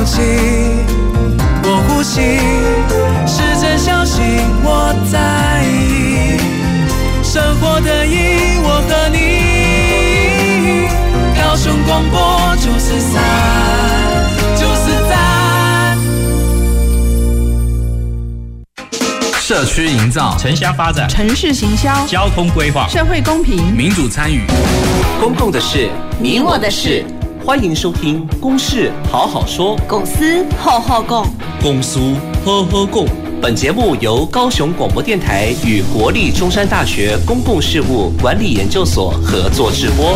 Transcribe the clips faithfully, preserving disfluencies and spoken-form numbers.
息，我呼吸，是真相信我在意，生活的意义我和你，高雄广播九十三，九十三。 社区营造、 城乡发展、 城市行销、 交通规划、 社会公平、 民主参与、 公共的事、 你我的事。 欢迎收听《公事好好说》， 公司好好讲， 公司好好讲。本节目由高雄广播电台与国立中山大学公共事务管理研究所合作制播。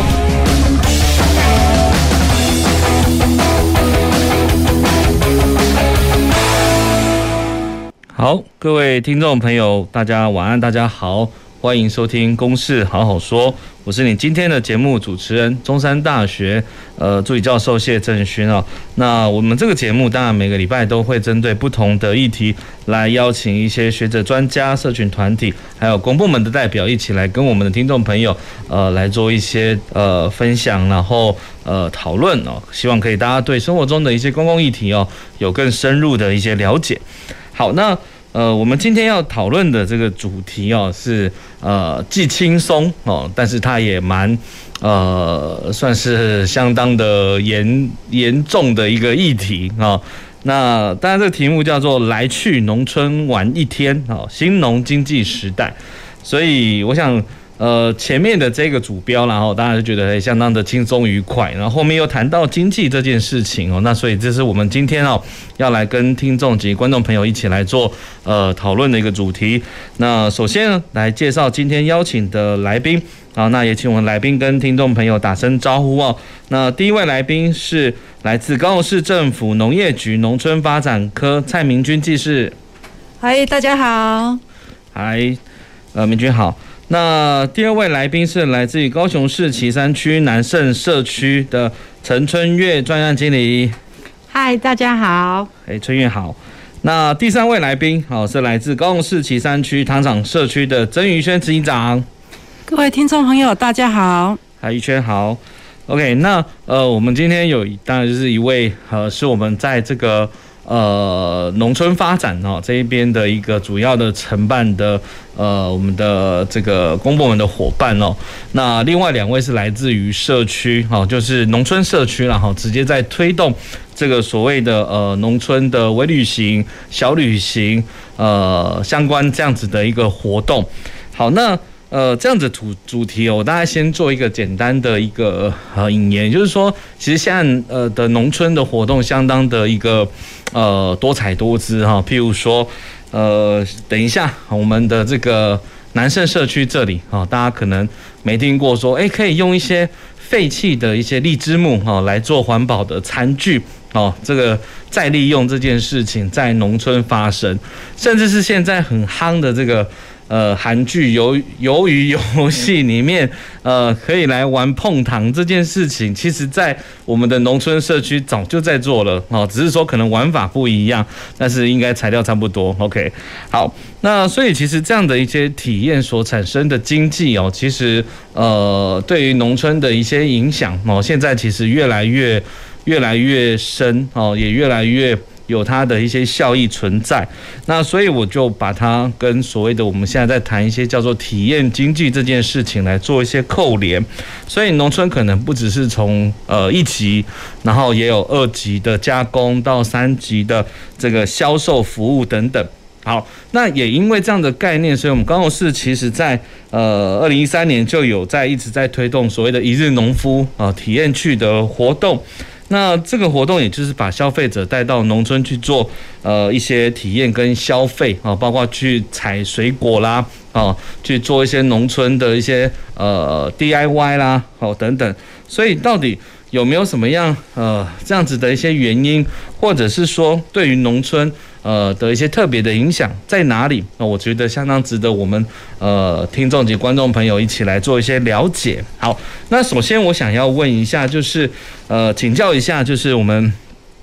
好，各位听众朋友，大家晚安，大家好，欢迎收听《公事好好说》，我是你今天的节目主持人，中山大学呃助理教授谢正勋啊。那我们这个节目当然每个礼拜都会针对不同的议题来邀请一些学者、专家、社群团体，还有公部门的代表一起来跟我们的听众朋友呃来做一些呃分享，然后呃讨论哦，希望可以大家对生活中的一些公共议题哦有更深入的一些了解。好，那呃，我们今天要讨论的这个主题哦，是呃既轻松哦，但是它也蛮呃算是相当的严严重的一个议题哦。那当然，这个题目叫做“来去农村玩一天”哦，新农经济时代。所以我想。呃，前面的这个主标，然后大家就觉得相当的轻松愉快，然后后面又谈到经济这件事情哦，那所以这是我们今天哦要来跟听众及观众朋友一起来做呃讨论的一个主题。那首先呢，来介绍今天邀请的来宾，好，那也请我们来宾跟听众朋友打声招呼哦。那第一位来宾是来自高雄市政府农业局农村发展科蔡明君技师。 嗨，大家好。 嗨，呃，明君好。那第二位来宾是来自于高雄市旗山区南盛社区的陈春月专案经理。 嗨，大家好。 哎，春月好。那第三位来宾好是来自高雄市旗山区糖厂社区的曾宇轩执行长。 各位听众朋友，大家好。 嗨，宇轩好。OK， 那呃，我们今天有当然就是一位呃，是我们在这个。呃，农村发展哦这一边的一个主要的承办的呃我们的这个公部门的伙伴哦，那另外两位是来自于社区哦，就是农村社区啦哈，直接在推动这个所谓的呃农村的微旅行、小旅行呃相关这样子的一个活动。好，那。呃，这样子主主题哦，我大概先做一个简单的一个呃引言，就是说，其实现在呃的农村的活动相当的一个呃多彩多姿哈，譬如说呃，等一下我们的这个南盛社区这里啊，大家可能没听过说，哎，可以用一些废弃的一些荔枝木哈来做环保的餐具哦，这个再利用这件事情在农村发生，甚至是现在很夯的这个。呃，韩剧鱿鱿鱼游戏里面，呃，可以来玩碰糖这件事情，其实在我们的农村社区早就在做了哦，只是说可能玩法不一样，但是应该材料差不多。OK， 好，那所以其实这样的一些体验所产生的经济哦，其实呃，对于农村的一些影响哦，现在其实越来越越来越深哦，也越来越。有它的一些效益存在，那所以我就把它跟所谓的我们现在在谈一些叫做体验经济这件事情来做一些扣连，所以农村可能不只是从呃一级，然后也有二级的加工到三级的这个销售服务等等。好，那也因为这样的概念，所以我们高雄市其实在呃二零一三年就有在一直在推动所谓的一日农夫啊、呃、体验区的活动。那这个活动也就是把消费者带到农村去做呃一些体验跟消费啊，包括去采水果啦啊，去做一些农村的一些呃 D I Y 啦哦等等。所以到底有没有什么样呃这样子的一些原因，或者是说对于农村呃的一些特别的影响在哪里？那我觉得相当值得我们呃听众及观众朋友一起来做一些了解。好，那首先我想要问一下，就是呃请教一下，就是我们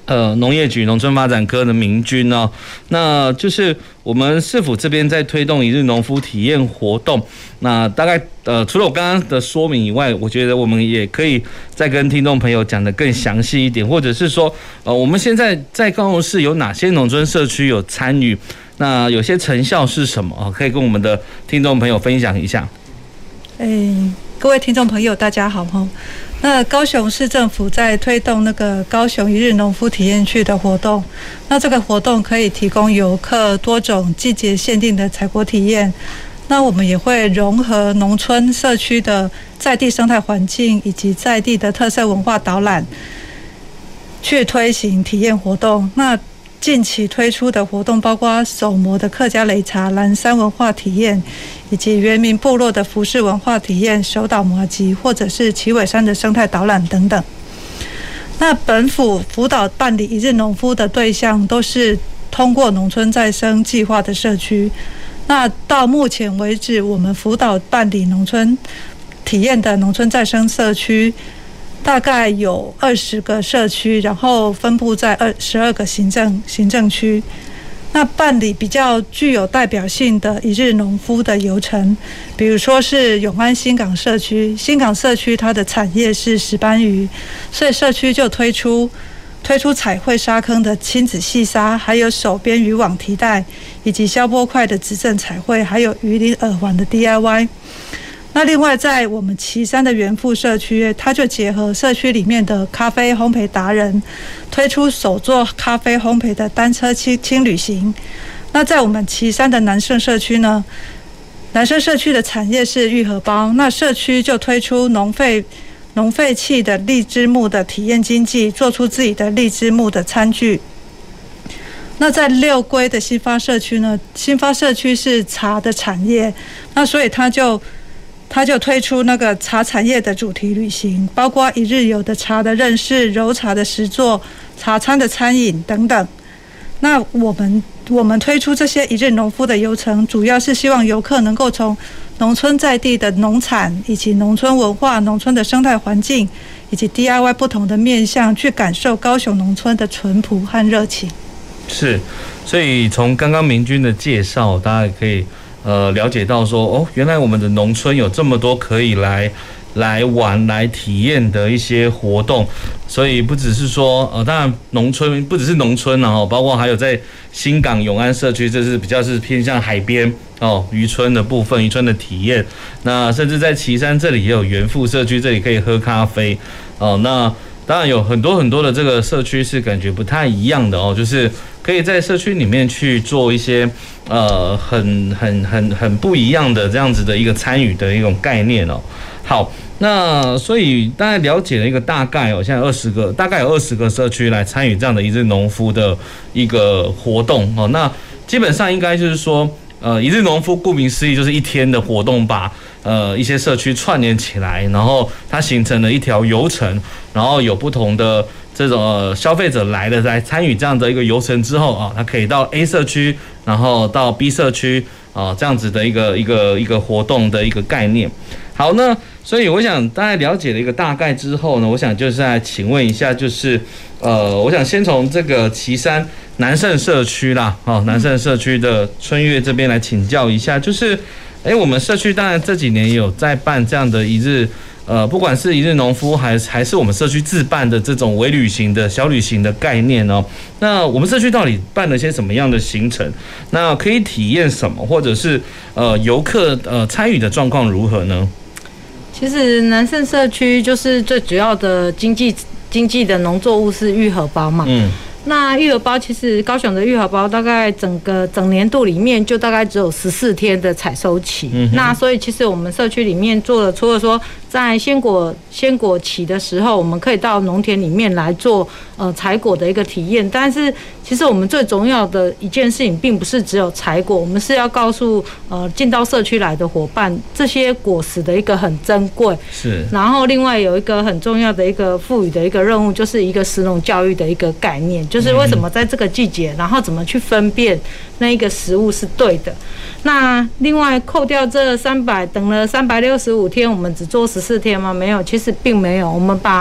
呃，农业局农村发展科的明君哦，那就是我们市府这边在推动一日农夫体验活动。那大概呃，除了我刚刚的说明以外，我觉得我们也可以再跟听众朋友讲得更详细一点，或者是说，呃，我们现在在高雄市有哪些农村社区有参与？那有些成效是什么啊？可以跟我们的听众朋友分享一下。 哎，各位听众朋友，大家好哈。那高雄市政府在推动那个高雄一日农夫体验区的活动，那这个活动可以提供游客多种季节限定的采果体验。那我们也会融合农村社区的在地生态环境以及在地的特色文化导览，去推行体验活动。那近期推出的活动包括手磨的客家擂茶、蓝山文化体验，以及原民部落的服饰文化体验、手捣麻糬，或者是旗尾山的生态导览等等。那本府辅导办理一日农夫的对象都是通过农村再生计划的社区。那到目前为止，我们辅导办理农村体验的农村再生社区大概有二十个社区，然后分布在二十二个行政行政区。那办理比较具有代表性的一日农夫的游程，比如说是永安新港社区，新港社区它的产业是石斑鱼，所以社区就推出推出彩绘沙坑的亲子细沙，还有手编渔网提袋，以及消波块的指正彩绘，还有鱼鳞耳环的 D I Y。那另外，在我们旗山的元富社区，它就结合社区里面的咖啡烘焙达人，推出手做咖啡烘焙的单车轻轻旅行。那在我们旗山的南胜社区呢，南胜社区的产业是玉荷包，那社区就推出农废农废弃的荔枝木的体验经济，做出自己的荔枝木的餐具。那在六龟的新发社区呢，新发社区是茶的产业，那所以它就他就推出那个茶产业的主题旅行，包括一日游的茶的认识、揉茶的实作、茶餐的餐饮等等。那我们我们推出这些一日农夫的游程，主要是希望游客能够从农村在地的农产，以及农村文化、农村的生态环境，以及 D I Y 不同的面向，去感受高雄农村的淳朴和热情。 是，所以从刚刚明君的介绍，大家可以呃，了解到说，哦，原来我们的农村有这么多可以来来玩、来体验的一些活动，所以不只是说，呃，当然农村不只是农村，然后包括还有在新港永安社区，这是比较是偏向海边哦，渔村的部分，渔村的体验。那甚至在旗山这里也有元富社区，这里可以喝咖啡哦。那当然有很多很多的这个社区是感觉不太一样的哦，就是可以在社区里面去做一些呃很很很很不一样的这样子的一个参与的一种概念哦。好，那所以大概了解了一个大概哦，现在二十个大概有二十个社区来参与这样的一日农夫的一个活动哦。那基本上应该就是说，呃，一日农夫顾名思义就是一天的活动把呃一些社区串联起来，然后它形成了一条游程，然后有不同的这种、呃、消费者来了来参与这样的一个游程之后啊，他可以到 A 社区，然后到 B 社区啊，这样子的一个一个一个活动的一个概念。好，那所以我想大概了解了一个大概之后呢，我想就是来请问一下，就是呃，我想先从这个旗山南胜社区啦，哦，南胜社区的春月这边来请教一下，就是，哎，我们社区当然这几年也有在办这样的一日。呃，不管是一日农夫还是还是我们社区自办的这种微旅行的小旅行的概念哦，那我们社区到底办了些什么样的行程？那可以体验什么，或者是呃游客呃参与的状况如何呢？ 其实南胜社区就是最主要的经济经济的农作物是玉荷包嘛，嗯。那玉荷包其实高雄的玉荷包大概整个整年度里面就大概只有十四天的采收期，嗯、那所以其实我们社区里面做了，除了说在鲜果鲜果期的时候，我们可以到农田里面来做呃采果的一个体验，但是其实我们最重要的一件事情并不是只有采果，我们是要告诉呃进到社区来的伙伴，这些果实的一个很珍贵，是，然后另外有一个很重要的一个赋予的一个任务，就是一个食农教育的一个概念。就是为什么在这个季节，然后怎么去分辨那一个食物是对的。那另外扣掉这三百，等了三百六十五天，我们只做十四天吗？没有，其实并没有。我们把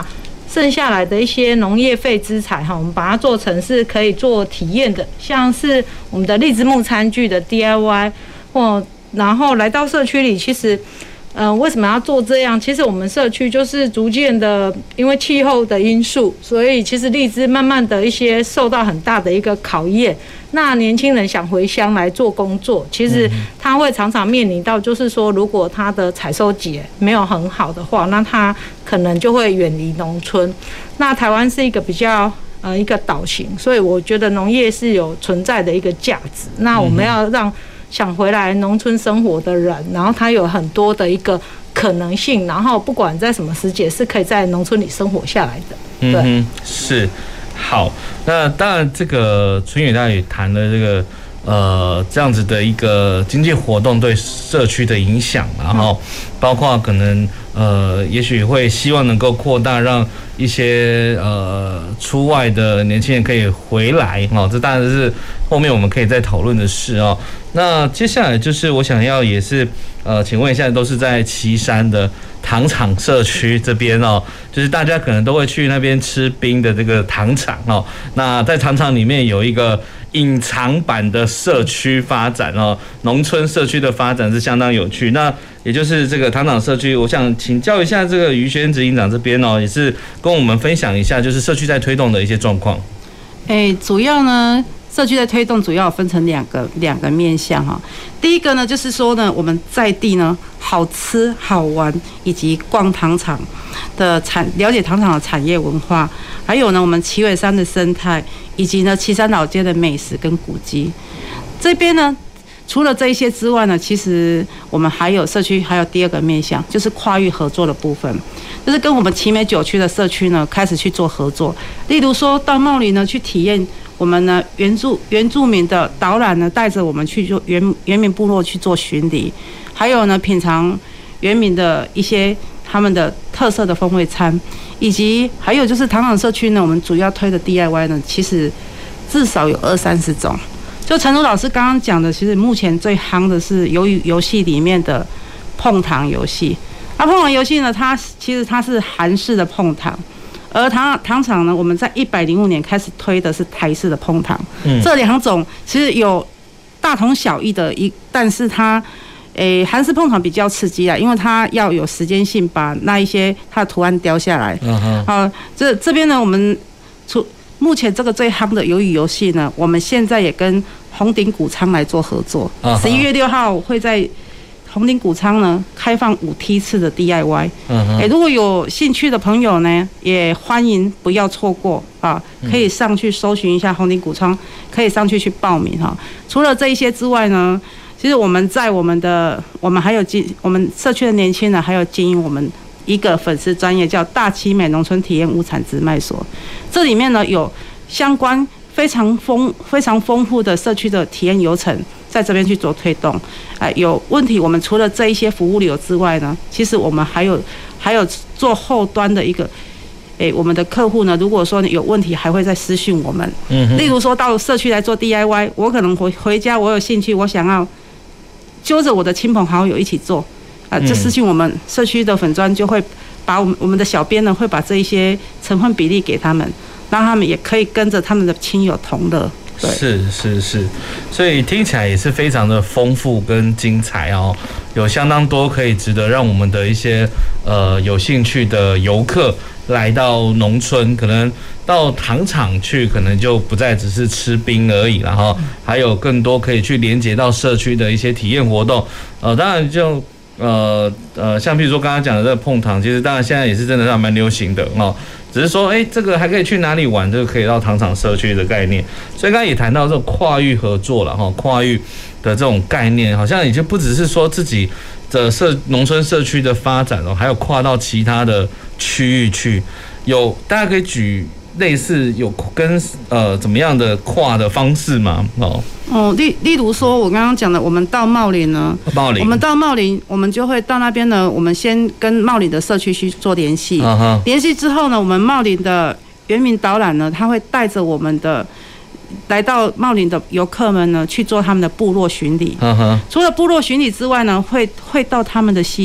剩下来的一些农业废资材哈，我们把它做成是可以做体验的，像是我们的荔枝木餐具的 D I Y， 或然后来到社区里，其实。呃，为什么要做这样？其实我们社区就是逐渐的，因为气候的因素，所以其实荔枝慢慢的一些受到很大的一个考验。那年轻人想回乡来做工作，其实他会常常面临到，就是说，如果他的采收节没有很好的话，那他可能就会远离农村。那台湾是一个比较呃一个岛型，所以我觉得农业是有存在的一个价值。那我们要让想回来农村生活的人，然后他有很多的一个可能性，然后不管在什么时节是可以在农村里生活下来的。对， 嗯、是好。那当然，这个春雨大也谈了这个呃这样子的一个经济活动对社区的影响，然后包括可能呃也许会希望能够扩大，让一些呃出外的年轻人可以回来哦，这当然是后面我们可以再讨论的事哦。那接下来就是我想要也是呃，请问一下，都是在旗山的糖厂社区这边哦，就是大家可能都会去那边吃冰的这个糖厂哦。那在糖厂里面有一个隐藏版的社区发展哦，农村社区的发展是相当有趣。那也就是这个糖厂社区，我想请教一下这个于轩执行长这边哦，也是跟我们分享一下，就是社区在推动的一些状况。 哎，主要呢。社区的推动主要分成两个两个面向哈，第一个呢就是说呢，我们在地呢好吃好玩，以及逛糖厂的产了解糖厂的产业文化，还有呢我们旗尾山的生态，以及呢旗山老街的美食跟古迹。这边呢除了这一些之外呢，其实我们还有社区还有第二个面向，就是跨域合作的部分，就是跟我们旗美九区的社区呢开始去做合作，例如说到茂林呢去体验。我们呢，原住原住民的导览呢，带着我们去做原原民部落去做巡礼，还有呢，品尝原民的一些他们的特色的风味餐，以及还有就是糖厂社区呢，我们主要推的 D I Y 呢，其实至少有二三十种。就陈如老师刚刚讲的，其实目前最夯的是由于游戏里面的碰糖游戏。那碰糖游戏呢，它其实它是韩式的碰糖。而糖糖厂呢，我们在一百零五年开始推的是台式的碰糖，嗯、这两种其实有大同小异的一，但是它，诶，韩式碰糖比较刺激啊，因为它要有时间性把那一些它的图案雕下来。嗯哼。好，这这边呢，我们除目前这个最夯的鱿鱼游戏呢，我们现在也跟红顶谷仓来做合作，十一月六号会在。红顶谷仓呢开放五梯次的 D I Y， 嗯欸、如果有兴趣的朋友呢，也欢迎不要错过啊，可以上去搜寻一下红顶谷仓，可以上去去报名哈。除了这一些之外呢，其实我们在我们的我们还有经我们社区的年轻人还有经营我们一个粉丝专业叫大旗美农村体验物产直卖所，这里面呢有相关非常丰非常丰富的社区的体验流程。在这边去做推动，哎，有问题，我们除了这一些服务流之外呢，其实我们还有还有做后端的一个，哎，我们的客户呢，如果说有问题，还会再私讯我们。嗯，例如说到社区来做 D I Y， 我可能回回家，我有兴趣，我想要揪着我的亲朋好友一起做，啊，这私讯我们社区的粉专就会把我们我们的小编呢会把这一些成分比例给他们，让他们也可以跟着他们的亲友同乐。 是是是，所以听起来也是非常的丰富跟精彩哦，有相当多可以值得让我们的一些呃有兴趣的游客来到农村，可能到糖厂去，可能就不再只是吃冰而已，然后还有更多可以去连接到社区的一些体验活动。呃，当然就呃呃，像譬如说刚刚讲的这个碰糖，其实当然现在也是真的还蛮流行的哦。只是说，哎、欸，这个还可以去哪里玩？这个可以到糖厂社区的概念。所以刚才也谈到这种跨域合作了哈，跨域的这种概念，好像已经不只是说自己的社农村社区的发展哦，还有跨到其他的区域去。有大家可以举类似有跟呃怎么样的跨的方式吗？哦。 哦，例例如说，我刚刚讲的，我们到茂林呢， 茂林， 我们到茂林，我们就会到那边呢，我们先跟茂林的社区去做联系，uh-huh. 联系之后呢，我们茂林的原民导览呢，他会带着我们的来到茂林的游客们呢，去做他们的部落巡礼。Uh-huh. 除了部落巡礼之外呢，会会到他们的溪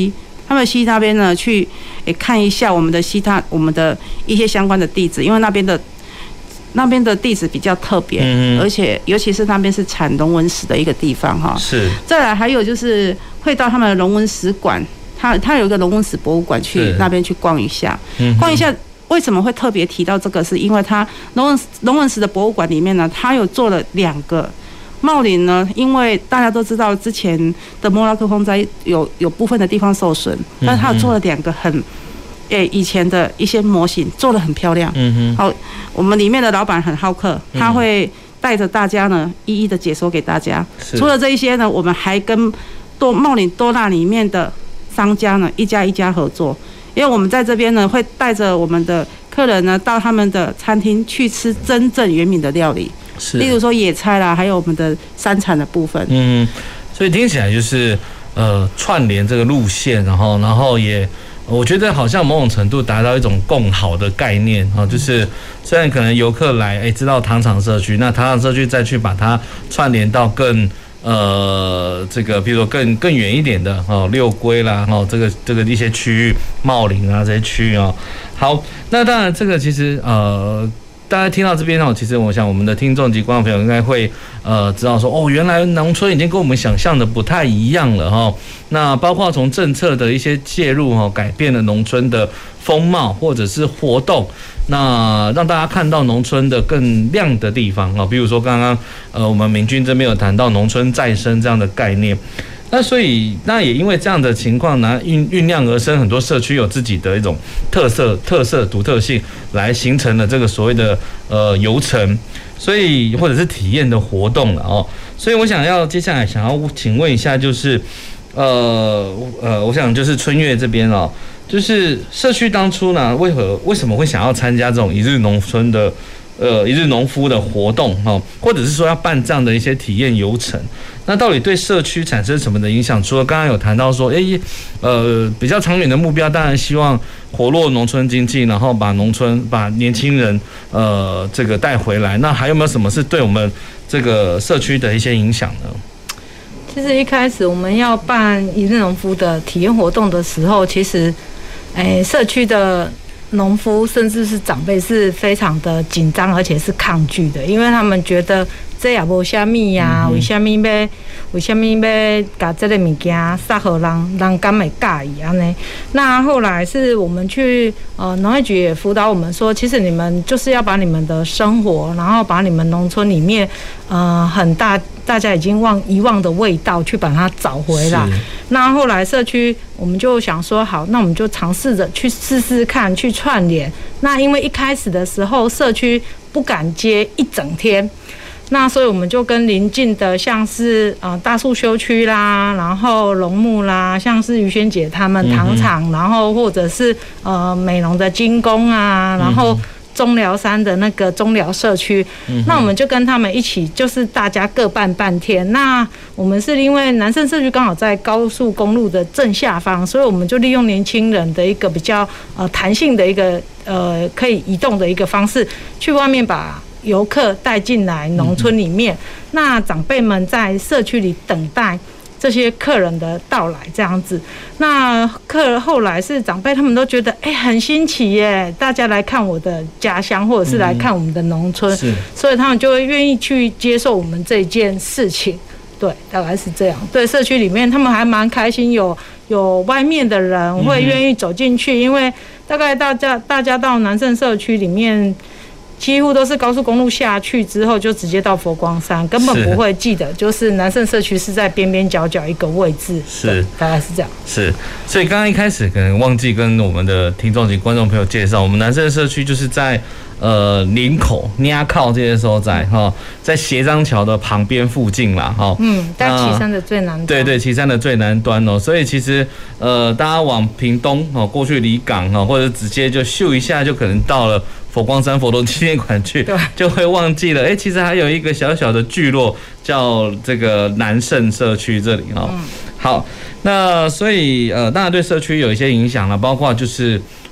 他们西那边呢去诶看一下我们的西塔我们的一些相关的地址，因为那边的那边的地址比较特别，嗯、而且尤其是那边是产龙纹石的一个地方哈。 是。 再来还有就是会到他们的龙纹石馆，它它有一个龙纹石博物馆，去那边去逛一下，嗯、逛一下。为什么会特别提到这个？是因为它龙纹龙纹石的博物馆里面呢，它有做了两个茂林呢。因为大家都知道之前的莫拉克风灾有有部分的地方受损，但是它有做了两个很诶、欸、以前的一些模型，做得很漂亮。嗯哼。好，我们里面的老板很好客，他会带着大家呢一一的解说给大家。除了这一些呢，我们还跟多茂林多纳里面的商家呢一家一家合作。因为我们在这边呢，会带着我们的客人呢到他们的餐厅去吃真正原民的料理，是，例如说野菜啦，还有我们的山产的部分。嗯， 所以听起来就是呃串联这个路线，然后然后也我觉得好像某种程度达到一种共好的概念啊，就是虽然可能游客来哎知道糖厂社区，那糖厂社区再去把它串联到更。呃，这个比如说更更远一点的哦，六龟啦，哦，这个这个一些区域，茂林啊这些区域哦。好，那当然这个其实呃，大家听到这边哦，其实我想我们的听众及观众朋友应该会呃知道说，哦，原来农村已经跟我们想象的不太一样了哈、哦。那包括从政策的一些介入哈、哦，改变了农村的风貌或者是活动。那让大家看到农村的更亮的地方啊，比如说刚刚呃我们明君这边有谈到农村再生这样的概念，那所以那也因为这样的情况呢，酝酝酿而生很多社区有自己的一种特色、特色、独特性，来形成了这个所谓的呃游程，所以或者是体验的活动了哦。所以我想要接下来想要请问一下，就是呃呃，我想就是春月这边哦。就是社区当初呢，为何为什么会想要参加这种一日农村的，呃一日农夫的活动哈，或者是说要办这样的一些体验游程？那到底对社区产生什么的影响？除了刚刚有谈到说，哎、欸，呃比较长远的目标，当然希望活络农村经济，然后把农村把年轻人呃这个带回来。那还有没有什么是对我们这个社区的一些影响呢？ 其实一开始我们要办一日农夫的体验活动的时候，其实。哎，社区的农夫甚至是长辈是非常的紧张，而且是抗拒的，因为他们觉得这也无虾米呀，为虾米要为虾米要把这个物件撒给人，人敢会介意安尼？那后来是我们去呃农业局也辅导我们说，其实你们就是要把你们的生活，然后把你们农村里面呃很大大家已经忘遗忘的味道去把它找回来。那后来社区我们就想说，好，那我们就尝试着去试试看，去串联。那因为一开始的时候社区不敢接一整天。那所以我们就跟邻近的像是呃大树休区啦，然后龙木啦，像是于萱姐他们糖厂，嗯、然后或者是呃美浓的金宫啊，然后中寮山的那个中寮社区，嗯、那我们就跟他们一起，就是大家各办半天。那我们是因为南胜社区刚好在高速公路的正下方，所以我们就利用年轻人的一个比较呃弹性的一个呃可以移动的一个方式，去外面把游客带进来农村里面，嗯、那长辈们在社区里等待这些客人的到来，这样子。那客后来是长辈他们都觉得，哎、欸，很新奇耶，大家来看我的家乡，或者是来看我们的农村，嗯、所以他们就会愿意去接受我们这件事情。对，大概是这样。对，社区里面他们还蛮开心，有有外面的人会愿意走进去，嗯、因为大概大家大家到南胜社区里面。几乎都是高速公路下去之后就直接到佛光山，根本不会记得，就是南胜社区是在边边角角一个位置，是大概是这样。是， 所以刚刚一开始可能忘记跟我们的听众及观众朋友介绍，我们南胜社区就是在呃林口、捏靠这些所在哈，在协章桥的旁边附近啦哈。 嗯，在旗山的最南端。对对，旗山的最南端哦，所以其实呃大家往屏东哦过去离港哦，或者直接就咻一下就可能到了。佛光山佛陀纪念馆去，就会忘记了。哎、欸，其实还有一个小小的聚落叫这个南胜社区这里哈。嗯、好，那所以呃，当然对社区有一些影响了，包括就是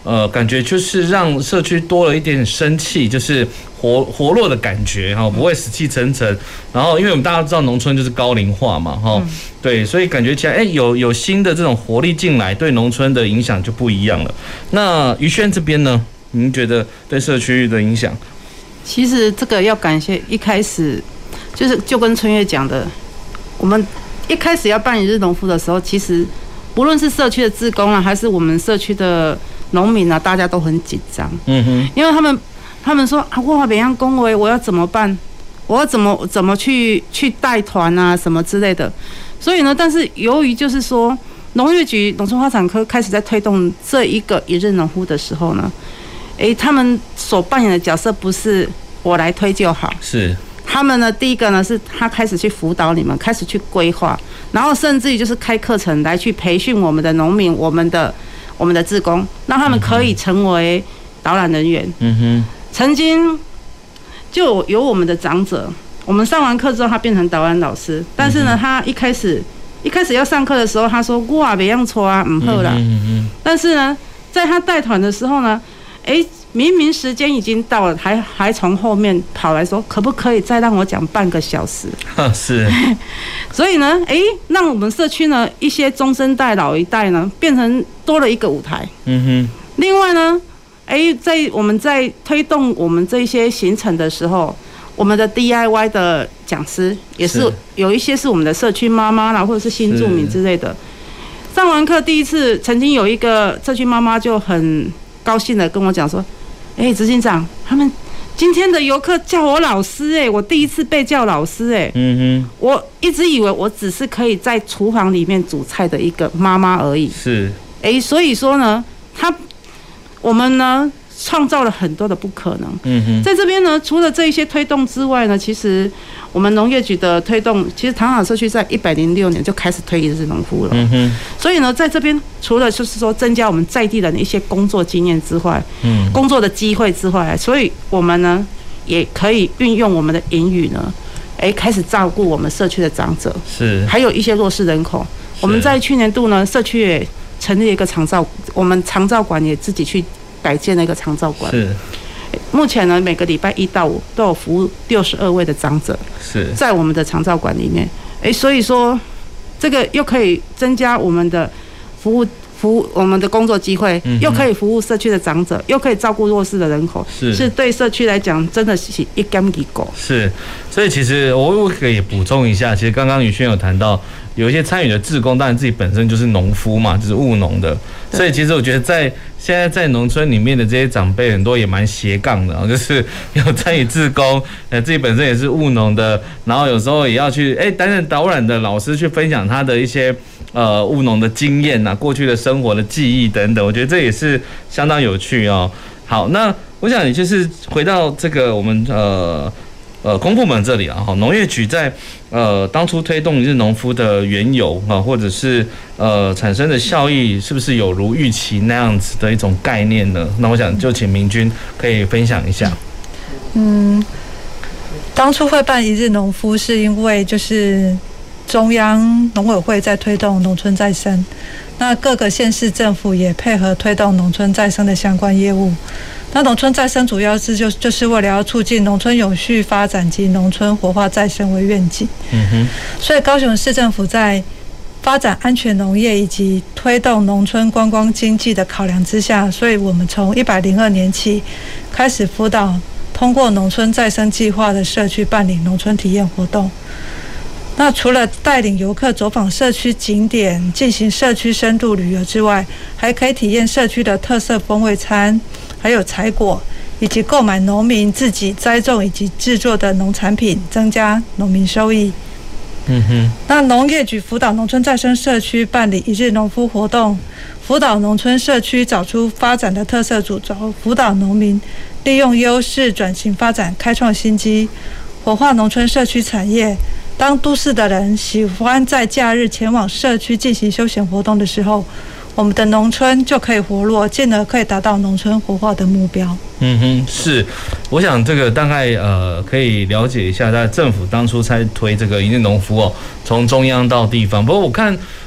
呃，感觉就是让社区多了一点生气，就是活活络的感觉哈，不会死气沉沉。然后，因为我们大家知道农村就是高龄化嘛哈，嗯、对，所以感觉起来，哎、欸，有有新的这种活力进来，对农村的影响就不一样了。那于轩这边呢，您觉得对社区的影响？ 其实这个要感谢一开始就是就跟春月讲的，我们一开始要办一日农夫的时候，其实不论是社区的志工啊，还是我们社区的农民啊，大家都很紧张。嗯哼，因为他们他们说啊，我怎样恭维，我要怎么办？我要怎么怎么去去带团啊，什么之类的。所以呢，但是由于就是说，农业局农村发展科开始在推动这一个一日农夫的时候呢。诶，他们所扮演的角色不是我来推就好，是他们呢。第一个呢，是他开始去辅导你们，开始去规划，然后甚至于就是开课程来去培训我们的农民、我们的我们的志工，让他们可以成为导览人员。嗯哼，曾经就有我们的长者，我们上完课之后，他变成导览老师，但是呢，他一开始一开始要上课的时候，他说哇，别样错啊，唔好啦。嗯嗯。但是呢，在他带团的时候呢。哎，明明时间已经到了，还还从后面跑来说，可不可以再让我讲半个小时？是，所以呢，哎，让我们社区呢一些中生代、老一代呢，变成多了一个舞台。嗯哼。另外呢，哎，在我们在推动我们这些行程的时候，我们的 D I Y 的讲师也是有一些是我们的社区妈妈啦，或者是新住民之类的。上完课第一次，曾经有一个社区妈妈就很高兴的跟我讲说：“哎、欸，执行长，他们今天的游客叫我老师哎、欸，我第一次被叫老师哎、欸。嗯哼，我一直以为我只是可以在厨房里面煮菜的一个妈妈而已。是，哎、欸，所以说呢，他我们呢创造了很多的不可能。嗯哼，在这边呢，除了这一些推动之外呢，其实我们农业局的推动，其实塘港社区在一百零六年就开始推一日农夫了。嗯哼，所以呢，在这边除了就是说增加我们在地人的一些工作经验之外，嗯，工作的机会之外，所以我们呢也可以运用我们的言语呢，哎，开始照顾我们社区的长者，是，还有一些弱势人口。我们在去年度呢，社区也成立一个长照，我们长照馆也自己去改建了一个长照馆。是。目前呢，每个礼拜一到五都有服务六十二位的长者，是在我们的长照馆里面。哎，所以说这个又可以增加我们的服务服务我们的工作机会，嗯、又可以服务社区的长者，又可以照顾弱势的人口，是是对社区来讲真的是一竿子狗。是，所以其实我我可以补充一下，其实刚刚宇轩有谈到。有一些参与的志工，当然自己本身就是农夫嘛，就是务农的，所以其实我觉得在现在在农村里面的这些长辈很多也蛮斜杠的，就是有参与志工，呃，自己本身也是务农的，然后有时候也要去哎担任导览的老师去分享他的一些呃务农的经验啊，过去的生活的记忆等等，我觉得这也是相当有趣哦。好，那我想你就是回到这个我们呃。呃，公部门这里啊，哈，农业局在呃当初推动一日农夫的缘由啊，或者是呃产生的效益，是不是有如预期那样子的一种概念呢？那我想就请明君可以分享一下。 嗯，当初会办一日农夫，是因为就是中央农委会在推动农村再生，那各个县市政府也配合推动农村再生的相关业务。那农村再生主要是就就是为了要促进农村永续发展及农村活化再生为愿景。嗯哼。所以高雄市政府在发展安全农业以及推动农村观光经济的考量之下，所以我们从一百零二年起开始辅导通过农村再生计划的社区办理农村体验活动。那除了带领游客走访社区景点、进行社区深度旅游之外，还可以体验社区的特色风味餐，还有采果，以及购买农民自己栽种以及制作的农产品，增加农民收益。嗯哼。那农业局辅导农村再生社区办理一日农夫活动，辅导农村社区找出发展的特色主轴，辅导农民利用优势转型发展，开创新机，活化农村社区产业。当都市的人喜欢在假日前往社区进行休闲活动的时候，我们的农村就可以活络，进而可以达到农村活化的目标。嗯哼，是，我想这个大概呃可以了解一下，在政府当初才推这个一日农夫哦，从中央到地方。不过我看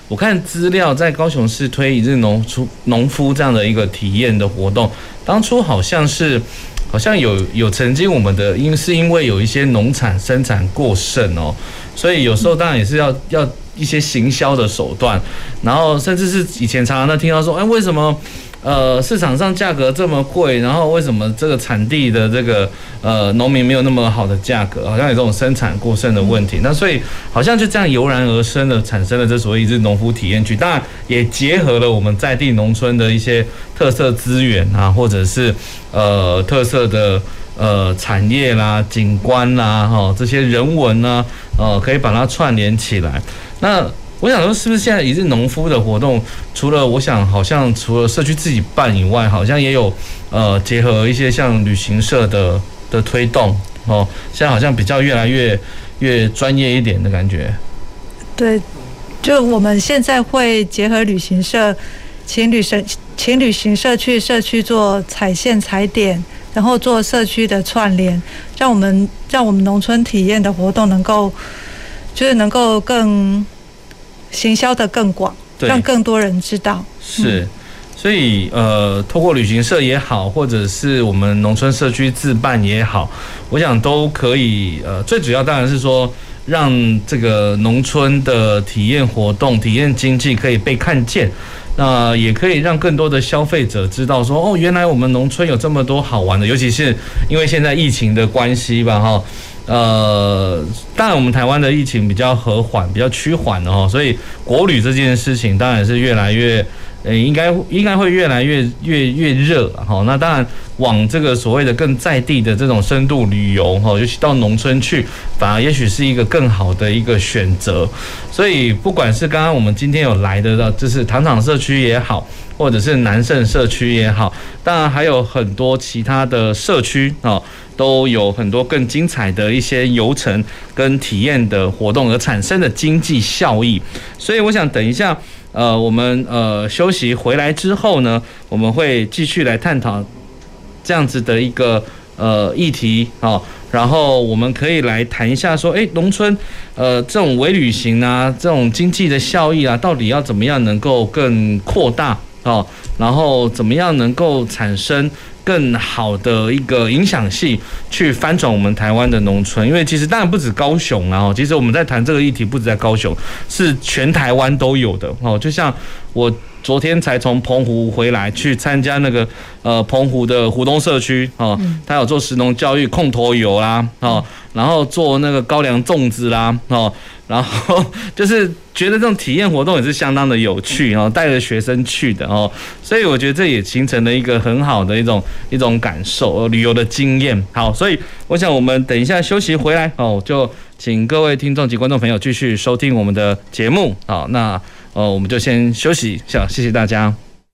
我看资料在高雄市推一日农出农夫这样的一个体验的活动，当初好像是好像有有曾经我们的因是因为有一些农产生产过剩哦，所以有时候当然也是要要一些行销的手段，然后甚至是以前常常在听到说，哎，为什么？呃，市场上价格这么贵，然后为什么这个产地的这个呃农民没有那么好的价格？好像有这种生产过剩的问题。那所以好像就这样油然而生的产生了这所谓一日农夫体验区，当然也结合了我们在地农村的一些特色资源啊，或者是呃特色的呃产业啦、景观啦、哈、哦、这些人文啊，呃可以把它串联起来。那我想说，是不是现在一日农夫的活动，除了我想好像除了社区自己办以外，好像也有呃结合一些像旅行社的的推动哦，现在好像比较越来越越专业一点的感觉。 对，就我们现在会结合旅行社，请旅行请旅行社去社区做踩线踩点，然后做社区的串联，让我们让我们农村体验的活动能够就是能够更。行销的更广，让更多人知道。 是，所以呃，透过旅行社也好，或者是我们农村社区自办也好，我想都可以。呃，最主要当然是说，让这个农村的体验活动、体验经济可以被看见。那也可以让更多的消费者知道说，哦，原来我们农村有这么多好玩的，尤其是因为现在疫情的关系吧，哈。呃，当然我们台湾的疫情比较和缓，比较趋缓的哈，所以国旅这件事情当然是越来越，呃，应该应该会越来越越越热哈。那当然往这个所谓的更在地的这种深度旅游哈，尤其到农村去，反而也许是一个更好的一个选择。所以不管是刚刚我们今天有来的，就是糖厂社区也好，或者是南盛社区也好，当然还有很多其他的社区啊。都有很多更精彩的一些游程跟体验的活动而产生的经济效益，所以我想等一下，呃，我们呃休息回来之后呢，我们会继续来探讨这样子的一个呃议题啊，然后我们可以来谈一下说，哎，农村呃这种微旅行啊，这种经济的效益啊，到底要怎么样能够更扩大啊，然后怎么样能够产生更好的一个影响性，去翻转我们台湾的农村。因为其实当然不止高雄啦，其实我们在谈这个议题不止在高雄，是全台湾都有的哦。就像我昨天才从澎湖回来，去参加那个呃澎湖的湖东社区哦，他有做食农教育、控头油啦哦，然后做那个高粱粽子啦哦。然后就是觉得这种体验活动也是相当的有趣哦，带着学生去的哦，所以我觉得这也形成了一个很好的一种一种感受，旅游的经验。好，所以我想我们等一下休息回来哦，就请各位听众及观众朋友继续收听我们的节目。好，那呃我们就先休息一下，谢谢大家。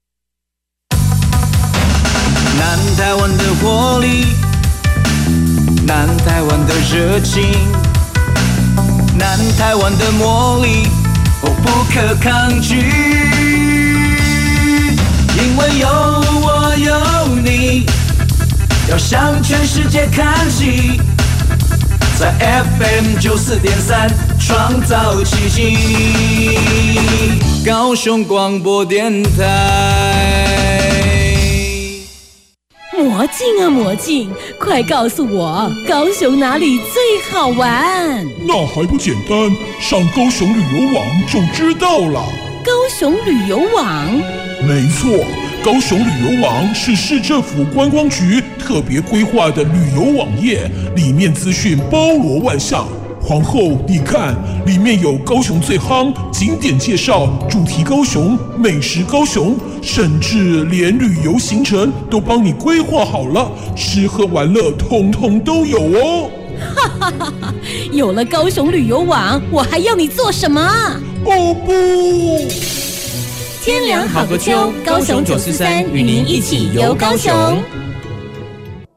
南台湾的活力，南台湾的热情。南台湾的魔力，哦，不可抗拒。因为有我有你，要向全世界看齐。在 F M 九四点三创造奇迹。高雄广播电台。 魔镜啊魔镜，快告诉我高雄哪里最好玩？ 那还不简单，上高雄旅游网就知道了。 高雄旅游网？ 没错，高雄旅游网是市政府观光局特别规划的旅游网页，里面资讯包罗万象。皇后，你看，里面有高雄最夯景点介绍、主题高雄、美食高雄，甚至连旅游行程都帮你规划好了，吃喝玩乐统统都有哦。 哈哈哈哈！有了高雄旅游网，我还要你做什么？ 哦不！ 天凉好个秋，高雄九四三与您一起游高雄。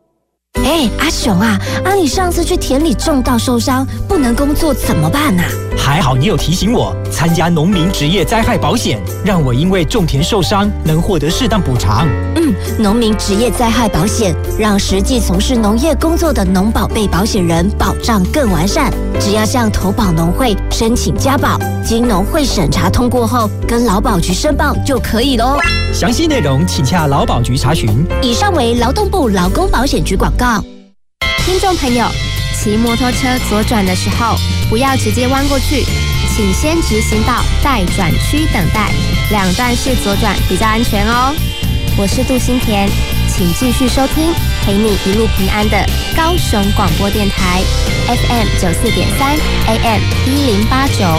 哎，阿雄啊，啊，你上次去田里种稻受伤，不能工作怎么办啊？ 还好你有提醒我参加农民职业灾害保险，让我因为种田受伤能获得适当补偿。 嗯，农民职业灾害保险让实际从事农业工作的农保被保险人保障更完善。只要向投保农会申请加保，经农会审查通过后，跟劳保局申报就可以咯。 详细内容请洽劳保局查询。 以上为劳动部劳工保险局广告。 听众朋友，骑摩托车左转的时候，不要直接弯过去，请先直行到待转区等待，两段式左转比较安全哦。我是杜新田，请继续收听，陪你一路平安的高雄广播电台 F M 九四点三 A M 一零八九。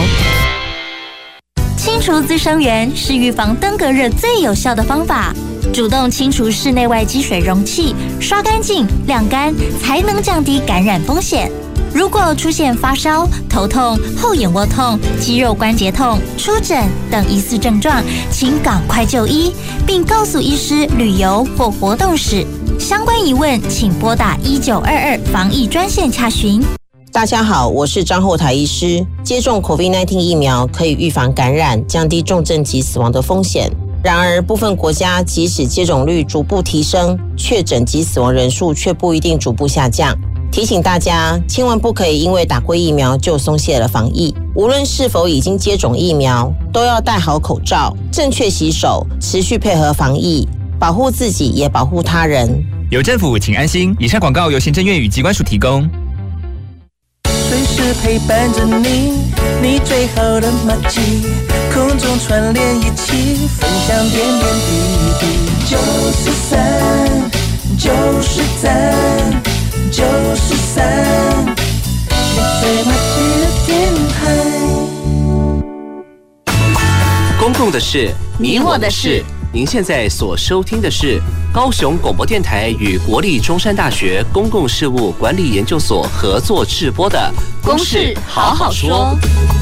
清除滋生源是预防登革热最有效的方法。主动清除室内外积水容器，刷干净、晾干，才能降低感染风险。如果出现发烧、头痛、后眼窝痛、肌肉关节痛、出疹等疑似症状，请赶快就医，并告诉医师旅游或活动史。相关疑问，请拨打一九二二防疫专线洽询。 大家好，我是张后台医师。接种 COVID 十九 疫苗可以预防感染，降低重症及死亡的风险。然而，部分国家即使接种率逐步提升，确诊及死亡人数却不一定逐步下降。提醒大家，千万不可以因为打过疫苗就松懈了防疫。无论是否已经接种疫苗，都要戴好口罩，正确洗手，持续配合防疫，保护自己也保护他人。 有政府，请安心。以上广告由行政院与疾管署提供。 随时陪伴着你，你最好的默契，空中串联一起，分享点点滴滴。九十三，九十三，九十三，你最默契的电台。 公共的事，你我的事。您现在所收听的是高雄广播电台与国立中山大学公共事务管理研究所合作制播的《公事好好说》。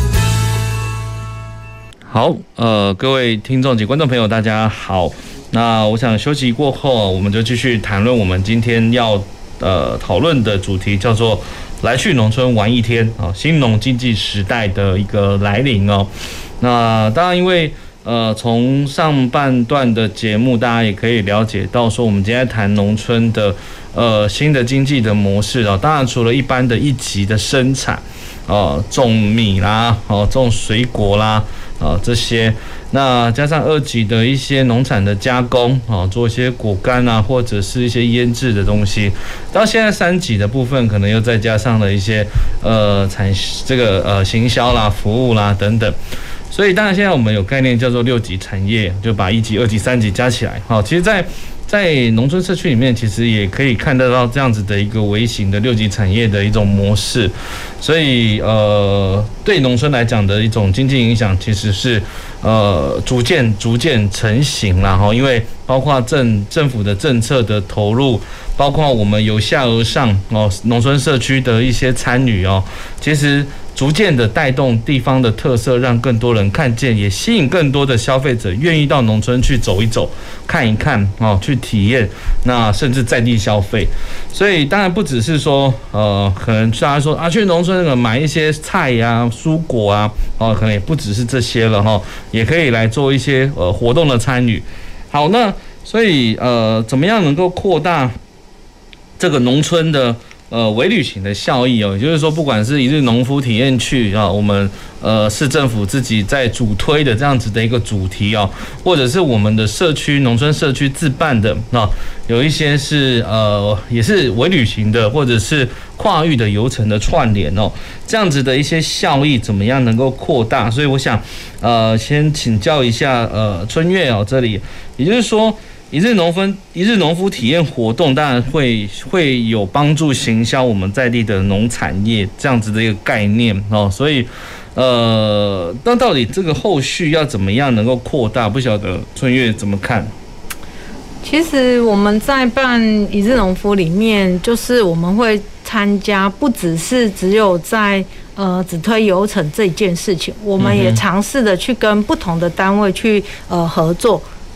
好，呃，各位听众及观众朋友，大家好。那我想休息过后，我们就继续谈论我们今天要呃讨论的主题，叫做“来去农村玩一天”啊，新农经济时代的一个来临哦。那当然，因为呃，从上半段的节目，大家也可以了解到，说我们今天谈农村的呃新的经济的模式啊。当然，除了一般的一级的生产，哦、呃，种米啦，哦、呃，种水果啦，啊、呃，这些，那加上二级的一些农产的加工，啊、呃，做一些果干啊，或者是一些腌制的东西。到现在三级的部分，可能又再加上了一些呃产这个呃行销啦、服务啦等等。所以当然现在我们有概念叫做六级产业，就把一级、二级、三级加起来。好，其实在在农村社区里面，其实也可以看得到这样子的一个微型的六级产业的一种模式。所以呃，对农村来讲的一种经济影响，其实是呃逐渐逐渐成型啦。哈，因为包括政政府的政策的投入，包括我们由下而上哦，农村社区的一些参与哦，其实逐渐的带动地方的特色，让更多人看见，也吸引更多的消费者愿意到农村去走一走、看一看哦，去体验，那甚至在地消费。所以当然不只是说呃，可能大家说啊，去农村买一些菜呀、啊、蔬果啊，哦，可能也不只是这些了哈，也可以来做一些呃活动的参与。好，那所以呃，怎么样能够扩大这个农村的呃微旅行的效益哦？也就是说，不管是一日农夫体验区啊，我们呃市政府自己在主推的这样子的一个主题哦，或者是我们的社区农村社区自办的啊，有一些是呃也是微旅行的，或者是跨域的游程的串联哦，这样子的一些效益怎么样能够扩大？所以我想呃先请教一下呃春月哦这里，也就是说。一日农分一日农夫体验活动当然会会有帮助行销我们在地的农产业这样子的一个概念哦，所以呃，那到底这个后续要怎么样能够扩大？不晓得春月怎么看？ 其实我们在办一日农夫里面，就是我们会参加，不只是只有在呃只推游程这一件事情，我们也尝试的去跟不同的单位去呃合作。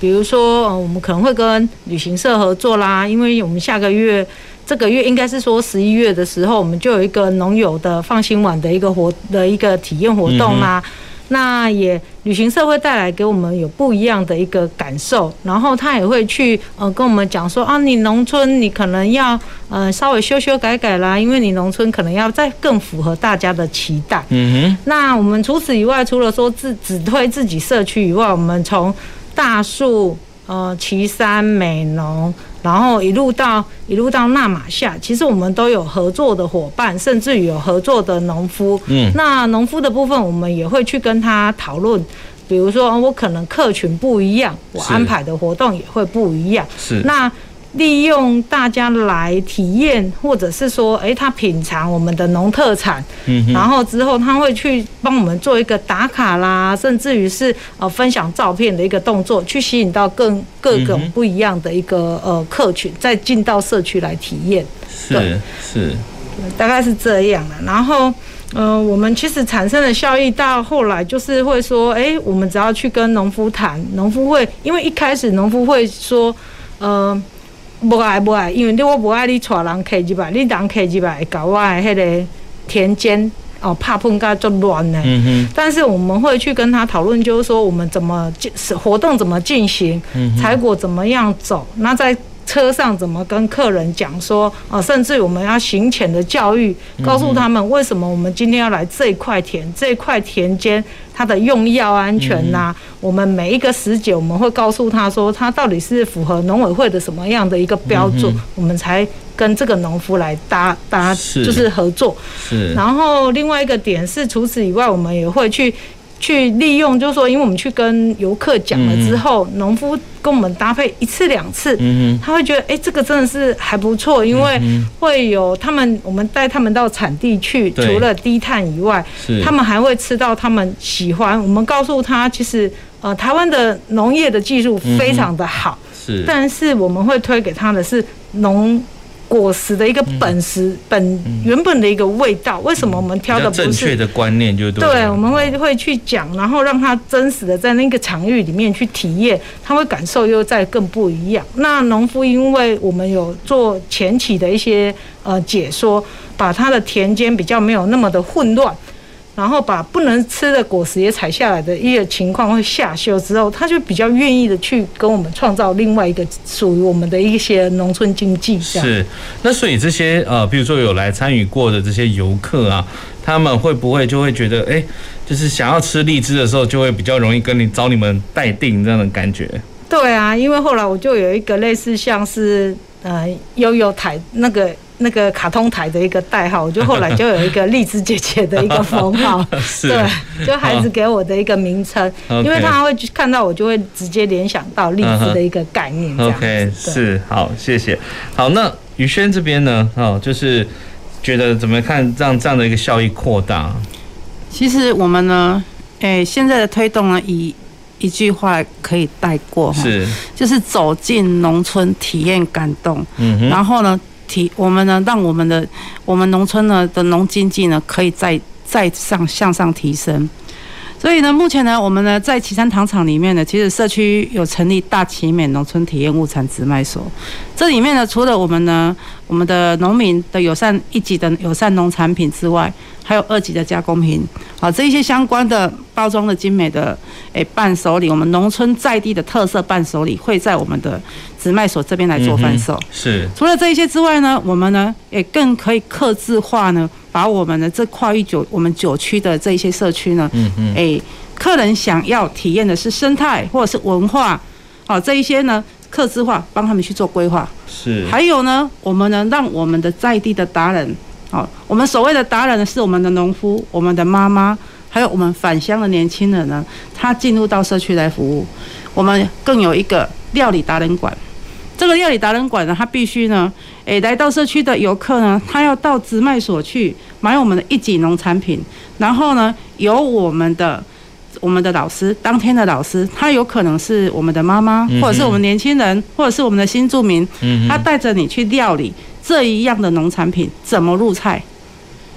比如说，呃，我们可能会跟旅行社合作啦，因为我们下个月。这个月应该是说十一月的时候，我们就有一个农友的放心碗的一个活的一个体验活动啦。嗯、那也旅行社会带来给我们有不一样的一个感受，然后他也会去呃跟我们讲说啊，你农村你可能要呃稍微修修改改啦，因为你农村可能要再更符合大家的期待。嗯哼。那我们除此以外，除了说自只推自己社区以外，我们从大树。呃，旗山、美浓，然后一路到一路到那马夏，其实我们都有合作的伙伴，甚至于有合作的农夫。嗯，那农夫的部分，我们也会去跟他讨论，比如说我可能客群不一样，我安排的活动也会不一样。是，那利用大家来体验，或者是说，哎、欸，他品尝我们的农特产，嗯，然后之后他会去帮我们做一个打卡啦，甚至于是呃分享照片的一个动作，去吸引到更各种不一样的一个呃客群，再进到社区来体验。 是是， 大概是这样的。然后。呃，我们其实产生的效益到后来就是会说，哎、欸，我们只要去跟农夫谈，农夫会，因为一开始农夫会说，呃。不爱不爱，因为你我不爱你带人开入来，你人开入来会搞我的迄个田间哦，怕碰到就乱呢。嗯哼。但是我们会去跟他讨论，就是说我们怎么活动怎么进行，嗯、采果怎么样走，那在车上怎么跟客人讲说，哦，甚至我们要行前的教育，告诉他们为什么我们今天要来这一块田，这一块田间它的用药安全呐、啊嗯，我们每一个时节我们会告诉他说，它到底是符合农委会的什么样的一个标准，嗯、我们才跟这个农夫来搭搭，就是合作。是。然后另外一个点是，除此以外，我们也会去。去利用，就是说，因为我们去跟游客讲了之后，农、嗯、夫跟我们搭配一次两次，嗯、他会觉得，哎、欸，这个真的是还不错，因为会有他们，我们带他们到产地去，除了低碳以外，他们还会吃到他们喜欢。我们告诉他，其实呃，台湾的农业的技术非常的好，嗯、是，但是我们会推给他的是农。果实的一个本实、嗯、本原本的一个味道，为什么我们挑的不是正确的观念就对？ 对，我们会会去讲，然后让他真实的在那个场域里面去体验，他会感受又再更不一样。那农夫因为我们有做前期的一些呃解说，把他的田间比较没有那么的混乱。然后把不能吃的果实也采下来的一个情况会下修之后，他就比较愿意的去跟我们创造另外一个属于我们的一些农村经济。 是，那所以这些呃，比如说有来参与过的这些游客啊，他们会不会就会觉得，哎，就是想要吃荔枝的时候，就会比较容易跟你找你们待定这样的感觉？ 对啊，因为后来我就有一个类似像是呃悠悠台那个。那个卡通台的一个代号，我就后来就有一个荔枝姐姐的一个封号，对，就孩子给我的一个名称，因为他会看到我就会直接联想到荔枝的一个概念。这样子 OK， 是好，谢谢。好，那宇轩这边呢，哦，就是觉得怎么看让这样的一个效益扩大？ 其实我们呢，哎、欸，现在的推动呢，以一句话可以带过，是，就是走进农村体验感动，嗯，然后呢。我们呢，让我们的我们农村呢的农经济呢，可以再再上向上提升。所以呢，目前呢，我们呢在旗山糖厂里面呢，其实社区有成立大旗美农村体验物产直卖所。这里面呢，除了我们呢，我们的农民的友善一级的友善农产品之外，还有二级的加工品，好，这一些相关的包装的精美的诶伴手礼，我们农村在地的特色伴手礼会在我们的直卖所这边来做贩售。嗯、是。除了这一些之外呢，我们呢也更可以客制化呢，把我们的这跨域九我们九区的这一些社区呢，嗯嗯，诶，客人想要体验的是生态或者是文化，好，这一些呢客制化帮他们去做规划。是。还有呢，我们呢让我们的在地的达人。好，我们所谓的达人呢，是我们的农夫、我们的妈妈，还有我们返乡的年轻人呢，他进入到社区来服务。我们更有一个料理达人馆，这个料理达人馆呢，他必须呢，诶，来到社区的游客呢，他要到直卖所去买我们的一级农产品，然后呢，由我们的我们的老师，当天的老师，他有可能是我们的妈妈，或者是我们年轻人，或者是我们的新住民，他带着你去料理。这一样的农产品怎么入菜？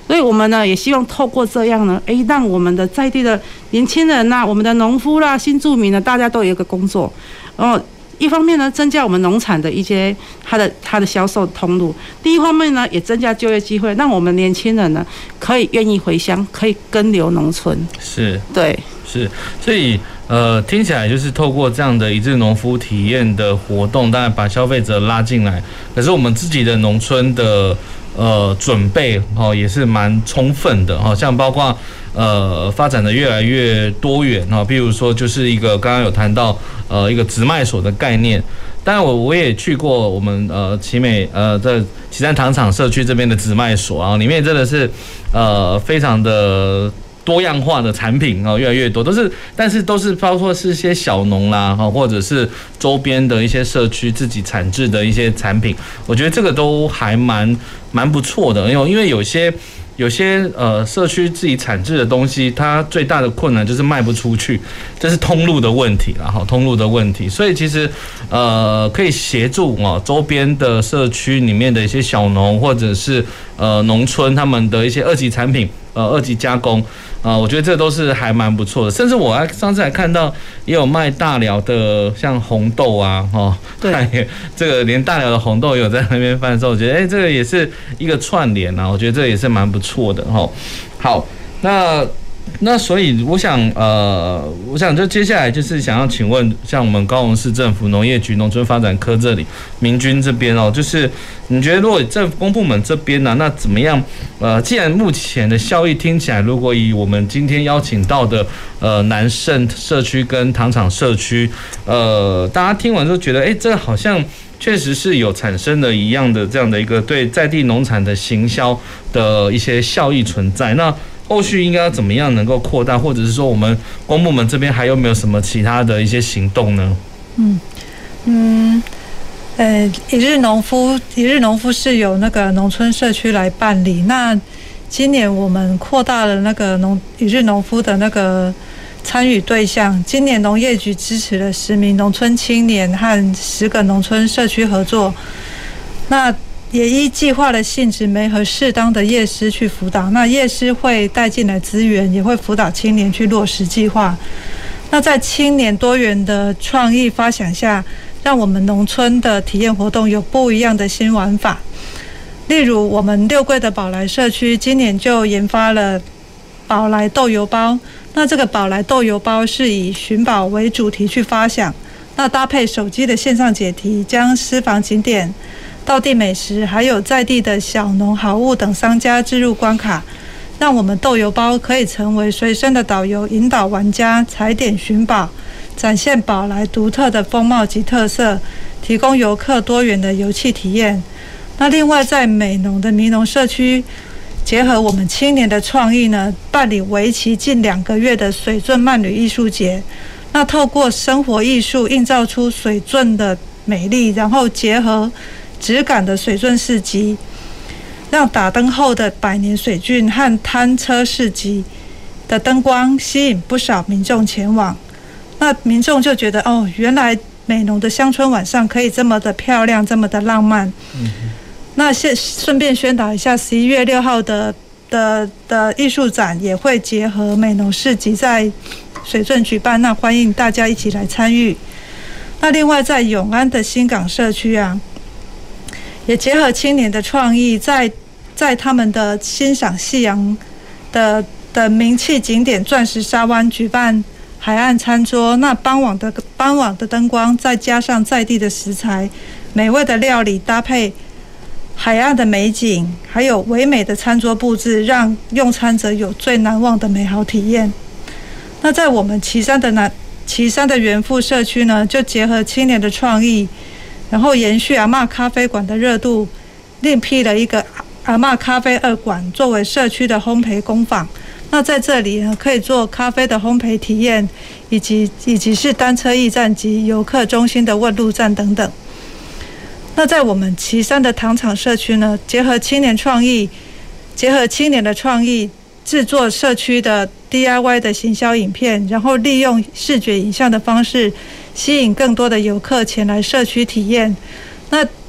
所以我们呢也希望透过这样呢，哎，让我们的在地的年轻人呐、啊，我们的农夫啦、新住民呢，大家都有一个工作，然后一方面呢增加我们农产的一些它的它的销售通路，第一方面呢也增加就业机会，让我们年轻人呢可以愿意回乡，可以根留农村。 是， 对， 是，所以呃听起来就是透过这样的一日农夫体验的活动，当然把消费者拉进来，可是我们自己的农村的呃准备哦也是蛮充分的哦，像包括呃发展的越来越多元哦，譬如说就是一个刚刚有谈到呃一个直卖所的概念，当然我我也去过我们呃奇美呃在旗山糖厂社区这边的直卖所啊，里面真的是呃非常的多样化的产品哦，越来越多，都是，但是都是包括是一些小农啦，哈，或者是周边的一些社区自己产制的一些产品，我觉得这个都还蛮蛮不错的，因为因为有些有些呃社区自己产制的东西，它最大的困难就是卖不出去，这是通路的问题啦，哈，通路的问题，所以其实呃可以协助哦周边的社区里面的一些小农或者是呃农村他们的一些二级产品。呃，二级加工，啊、呃，我觉得这都是还蛮不错的。甚至我还上次还看到也有卖大寮的，像红豆啊，哦，对，这个连大寮的红豆也有在那边贩售，我觉得哎、欸，这个也是一个串联啊，我觉得这也是蛮不错的哈。好，那那所以我想，呃，我想就接下来就是想要请问，像我们高雄市政府农业局农村发展科这里，明君这边哦，就是你觉得如果政府公部门这边呢、啊，那怎么样？呃，既然目前的效益听起来，如果以我们今天邀请到的呃南盛社区跟糖厂社区，呃，大家听完都觉得，哎、欸，这好像确实是有产生了一样的这样的一个对在地农产的行销的一些效益存在，那后续应该要怎么样能够扩大，或者是说我们公部门这边还有没有什么其他的一些行动呢？ 嗯嗯，呃，一日农夫一日农夫是由那个农村社区来办理。那今年我们扩大了那个农一日农夫的那个参与对象。今年农业局支持了十名农村青年和十个农村社区合作。那也依计划的性质，媒合适当的业师去辅导。那业师会带进来资源，也会辅导青年去落实计划。那在青年多元的创意发想下，让我们农村的体验活动有不一样的新玩法。例如，我们六桂的宝来社区今年就研发了宝来豆油包。那这个宝来豆油包是以寻宝为主题去发想，那搭配手机的线上解题，将私房景点、道地美食，还有在地的小农好物等商家置入关卡，让我们豆油包可以成为随身的导游，引导玩家踩点寻宝，展现宝来独特的风貌及特色，提供游客多元的游憩体验。那另外在美浓的迷农社区，结合我们青年的创意呢，办理为期近两个月的水圳慢旅艺术节。那透过生活艺术映照出水圳的美丽，然后结合质感的水圳市集，让打灯后的百年水圳和摊车市集的灯光吸引不少民众前往。那民众就觉得哦，原来美浓的乡村晚上可以这么的漂亮，这么的浪漫。嗯、那现顺便宣导一下，十一月六号的的的艺术展也会结合美浓市集在水圳举办，那欢迎大家一起来参与。那另外在永安的新港社区啊，也结合青年的创意，在在他们的欣赏夕阳的的名气景点钻石沙湾举办海岸餐桌。那傍晚的傍晚的灯光，再加上在地的食材，美味的料理搭配海岸的美景，还有唯美的餐桌布置，让用餐者有最难忘的美好体验。那在我们旗山的南旗山的元富社区呢，就结合青年的创意，然后延续阿嬷咖啡馆的热度，另辟了一个阿嬷咖啡二馆，作为社区的烘焙工坊。那在这里呢，可以做咖啡的烘焙体验，以及以及是单车驿站及游客中心的问路站等等。那在我们旗山的糖厂社区呢，结合青年创意，结合青年的创意，制作社区的 D I Y 的行销影片，然后利用视觉影像的方式，吸引更多的游客前来社区体验。那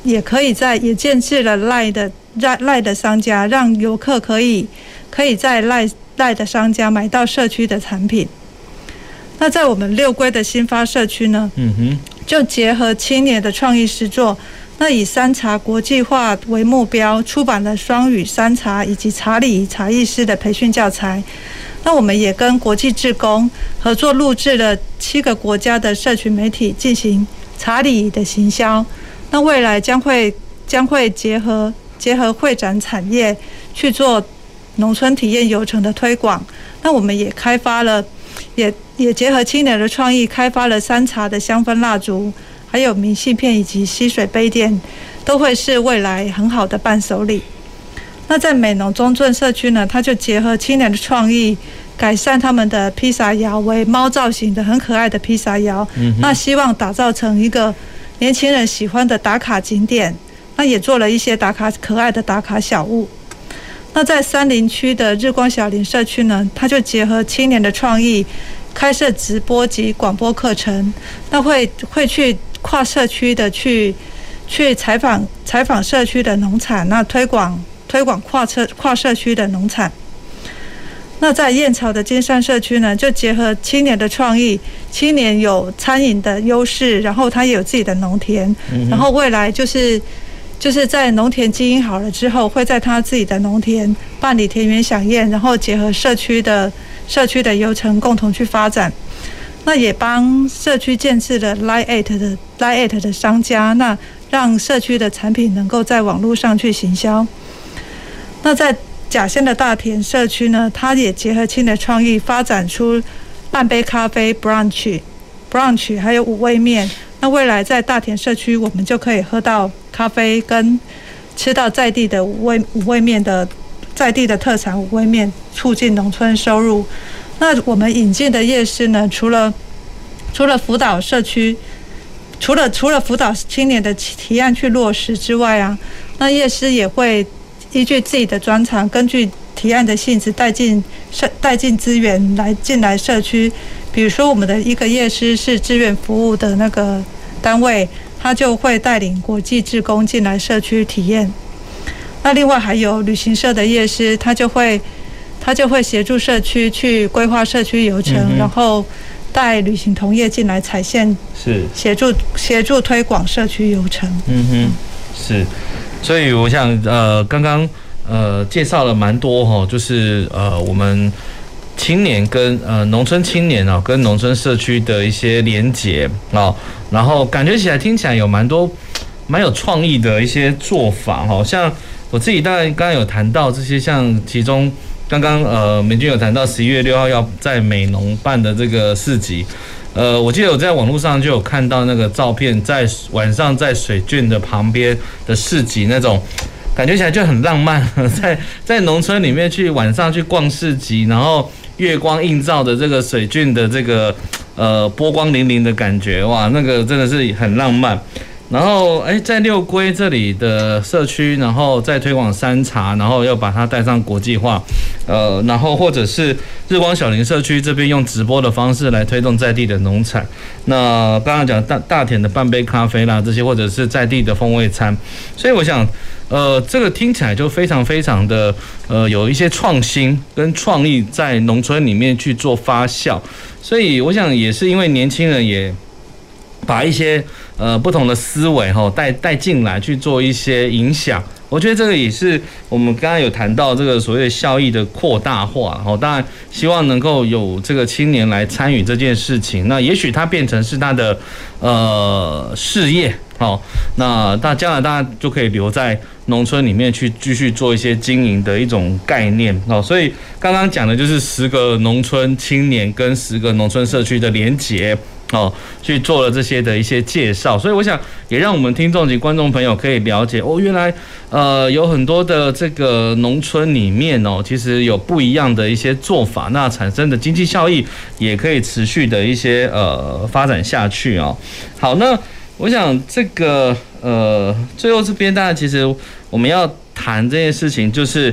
也可以在也建置了 LINE 的 LINE 的商家，让游客可以可以在 LINE LINE 的商家买到社区的产品。那在我们六龟的新发社区呢，嗯哼，就结合青年的创意实作，那以山茶国际化为目标，出版了双语山茶以及茶礼茶艺师的培训教材。那我们也跟国际志工合作录制了七个国家的社群媒体进行茶礼的行销。那未来将会将会结合结合会展产业去做农村体验游程的推广。那我们也开发了，也也结合青年的创意，开发了山茶的香氛蜡烛，还有明信片以及吸水杯垫，都会是未来很好的伴手礼。那在美浓中正社区呢，它就结合青年的创意，改善他们的披萨窑为猫造型的很可爱的披萨窑，嗯、那希望打造成一个年轻人喜欢的打卡景点。那也做了一些打卡可爱的打卡小物。那在山林区的日光小林社区呢，它就结合青年的创意，开设直播及广播课程。那会会去跨社区的去去采访采访社区的农产，那推广推广跨社跨社区的农产。那在燕巢的金山社区呢，就结合青年的创意，青年有餐饮的优势，然后他也有自己的农田，嗯、然后未来就是就是在农田经营好了之后，会在他自己的农田办理田园飨宴，然后结合社区的社区的游程共同去发展。那也帮社区建置了 LINE at 的 LINE at 的商家，那让社区的产品能够在网络上去行销。那在甲仙的大田社区呢，它也结合青年创意，发展出半杯咖啡 brunch brunch 还有五味面。那未来在大田社区，我们就可以喝到咖啡跟吃到在地的五味五味面的在地的特产五味面，促进农村收入。那我们引进的夜市呢，除了除了辅导社区，除了除了辅导青年的提案去落实之外啊，那夜市也会依据自己的专长，根据提案的性质带进社带进资源来进来社区。比如说我们的一个夜师是志愿服务的那个单位，他就会带领国际志工进来社区体验。那另外还有旅行社的夜师，他就会他就会协助社区去规划社区游程，嗯、然后带旅行同业进来踩线，是协助协助推广社区游程。 嗯哼，是。所以我想，呃，刚刚呃介绍了蛮多哈，就是呃我们青年跟呃农村青年啊，跟农村社区的一些连结啊，然后感觉起来听起来有蛮多蛮有创意的一些做法哈，像我自己当然刚刚有谈到这些，像其中刚刚呃美君有谈到十一月六号要在美浓办的这个市集。呃，我记得我在网络上就有看到那个照片，在晚上在水郡的旁边的市集，那种感觉起来就很浪漫，在在农村里面去晚上去逛市集，然后月光映照的这个水郡的这个呃波光粼粼的感觉，哇，那个真的是很浪漫。然后哎，在六龟这里的社区，然后再推广山茶，然后又把它带上国际化，呃，然后或者是日光小林社区这边用直播的方式来推动在地的农产。那刚刚讲大大田的半杯咖啡啦，这些或者是在地的风味餐，所以我想，呃，这个听起来就非常非常的呃有一些创新跟创意在农村里面去做发酵，所以我想也是因为年轻人也把一些呃不同的思维哈带带进来去做一些影响，我觉得这个也是我们刚刚有谈到这个所谓的效益的扩大化哈，当然希望能够有这个青年来参与这件事情，那也许它变成是他的呃事业哦，那大将来大家就可以留在农村里面去继续做一些经营的一种概念哦，所以刚刚讲的就是十个农村青年跟十个农村社区的连结。哦，去做了这些的一些介绍，所以我想也让我们听众及观众朋友可以了解哦，原来呃有很多的这个农村里面哦，其实有不一样的一些做法，那产生的经济效益也可以持续的一些呃发展下去哦。好，那我想这个呃最后这边当然其实我们要谈这件事情，就是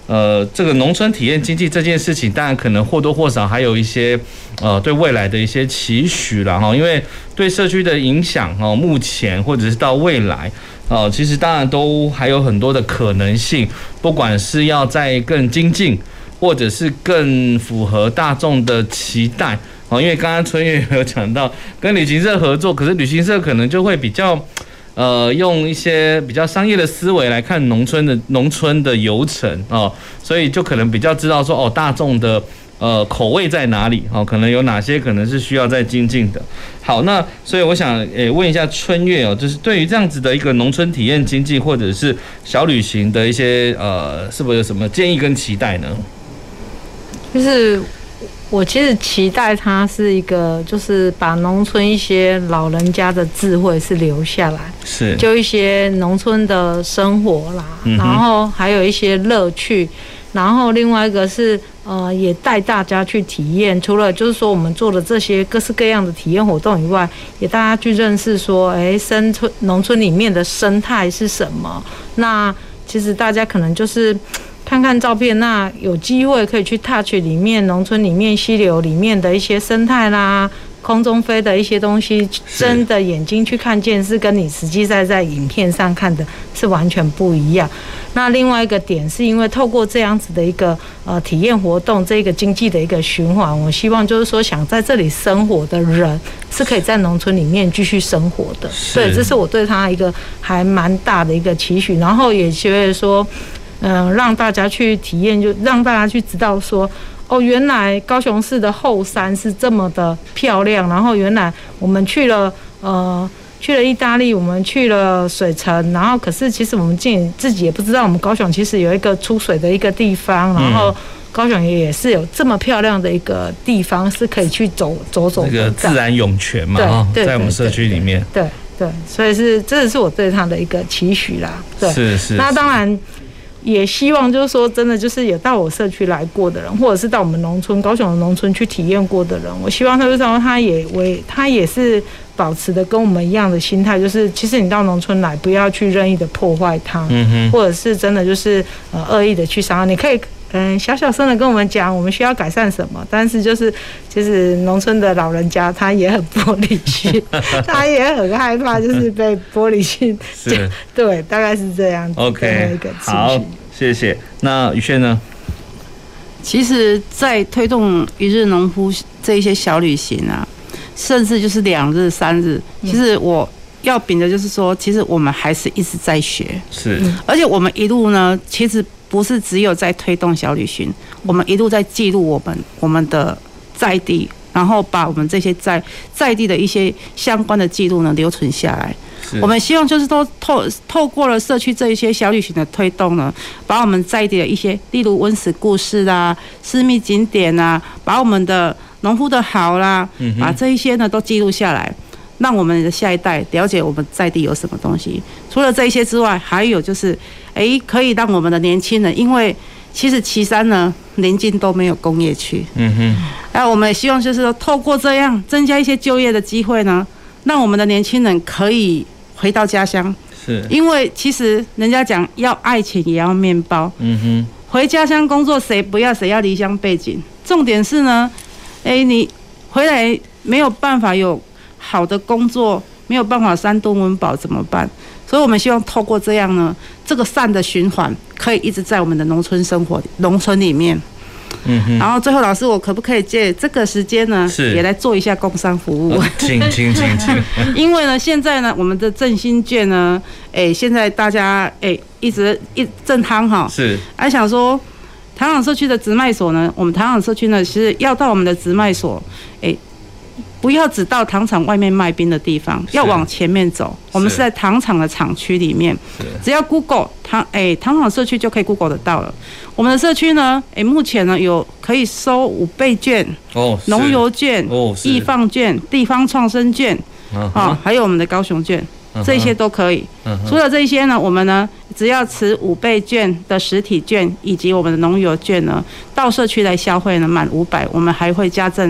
呃，这个农村体验经济这件事情，当然可能或多或少还有一些呃对未来的一些期许啦哈，因为对社区的影响哦，目前或者是到未来哦，其实当然都还有很多的可能性，不管是要再更精进，或者是更符合大众的期待哦，因为刚刚春月有讲到跟旅行社合作，可是旅行社可能就会比较。呃，用一些比较商业的思维来看农村的农村的游程哦，所以就可能比较知道说哦，大众的呃口味在哪里哦，可能有哪些可能是需要再精进的。好，那所以我想诶问一下春月哦，就是对于这样子的一个农村体验经济或者是小旅行的一些呃，是不是有什么建议跟期待呢？ 就是我其实期待它是一个，就是把农村一些老人家的智慧是留下来， 是就一些农村的生活啦，嗯、然后还有一些乐趣，然后另外一个是呃，也带大家去体验，除了就是说我们做的这些各式各样的体验活动以外，也大家去认识说，哎，生村农村里面的生态是什么？那其实大家可能就是。看看照片，那有机会可以去 touch 里面农村里面溪流里面的一些生态啦，空中飞的一些东西，真的眼睛去看见是跟你实际在在影片上看的是完全不一样。那另外一个点是因为透过这样子的一个呃体验活动，这个经济的一个循环，我希望就是说想在这里生活的人是可以在农村里面继续生活的。对，这是我对他一个还蛮大的一个期许，然后也觉得说。嗯，让大家去体验，就让大家去知道说，哦，原来高雄市的后山是这么的漂亮。然后原来我们去了，呃，去了意大利，我们去了水城，然后可是其实我们自己自己也不知道，我们高雄其实有一个出水的一个地方，然后高雄也是有这么漂亮的一个地方，是可以去走走走的。 这个自然涌泉嘛，对，在我们社区里面。 对对，所以是这是我对他的一个期许啦。对， 是是。 那当然。也希望就是说，真的就是有到我社区来过的人，或者是到我们农村高雄的农村去体验过的人，我希望他就说，他也为他也是保持的跟我们一样的心态，就是其实你到农村来，不要去任意的破坏它，嗯哼，或者是真的就是呃恶意的去伤害，你可以。嗯，小小声的跟我们讲，我们需要改善什么，但是就是就是农村的老人家他也很玻璃心，他也很害怕，就是被玻璃心， 是， 对，大概是这样子。 OK， 好，谢谢。那宇轩呢？ 其实，在推动一日农夫这一些小旅行啊，甚至就是两日、三日，其实我要秉的就是说，其实我们还是一直在学， 是， 而且我们一路呢，其实。不是只有在推动小旅行，我们一路在记录我们我们的在地，然后把我们这些在在地的一些相关的记录呢留存下来。我们希望就是都透透过了社区这一些小旅行的推动呢，把我们在地的一些，例如温史故事啦、私密景点啊，把我们的农夫的好啦，把这一些呢都记录下来。让我们的下一代了解我们在地有什么东西。除了这一些之外，还有就是，哎，可以让我们的年轻人，因为其实旗山呢邻近都没有工业区，嗯哼，那我们也希望就是说，透过这样增加一些就业的机会呢，让我们的年轻人可以回到家乡。 是， 因为其实人家讲要爱情也要面包，嗯哼，回家乡工作谁不要，谁要离乡背景？重点是呢，哎，你回来没有办法有好的工作，没有办法三顿温饱怎么办？所以我们希望透过这样呢，这个善的循环可以一直在我们的农村生活、农村里面。嗯哼。然后最后，老师，我可不可以借这个时间呢，也来做一下工商服务？ 请请请请。 因为呢，现在呢，我们的振兴券呢，哎，现在大家哎一直一正夯哈。 是。 还想说，唐厂社区的直卖所呢，我们唐厂社区呢，其实要到我们的直卖所，哎。不要只到糖厂外面卖冰的地方，要往前面走。我们是在糖厂的厂区里面，只要 Google 糖哎糖厂社区就可以 Google 得到了。我们的社区呢，哎目前呢有可以收五倍券、哦农油券、哦易放券、地方创生券啊、哦，还有我们的高雄券，这些都可以。除了这些呢，我们呢只要持五倍券的实体券以及我们的农油券呢，到社区来消费呢，满五百，我们还会加赠。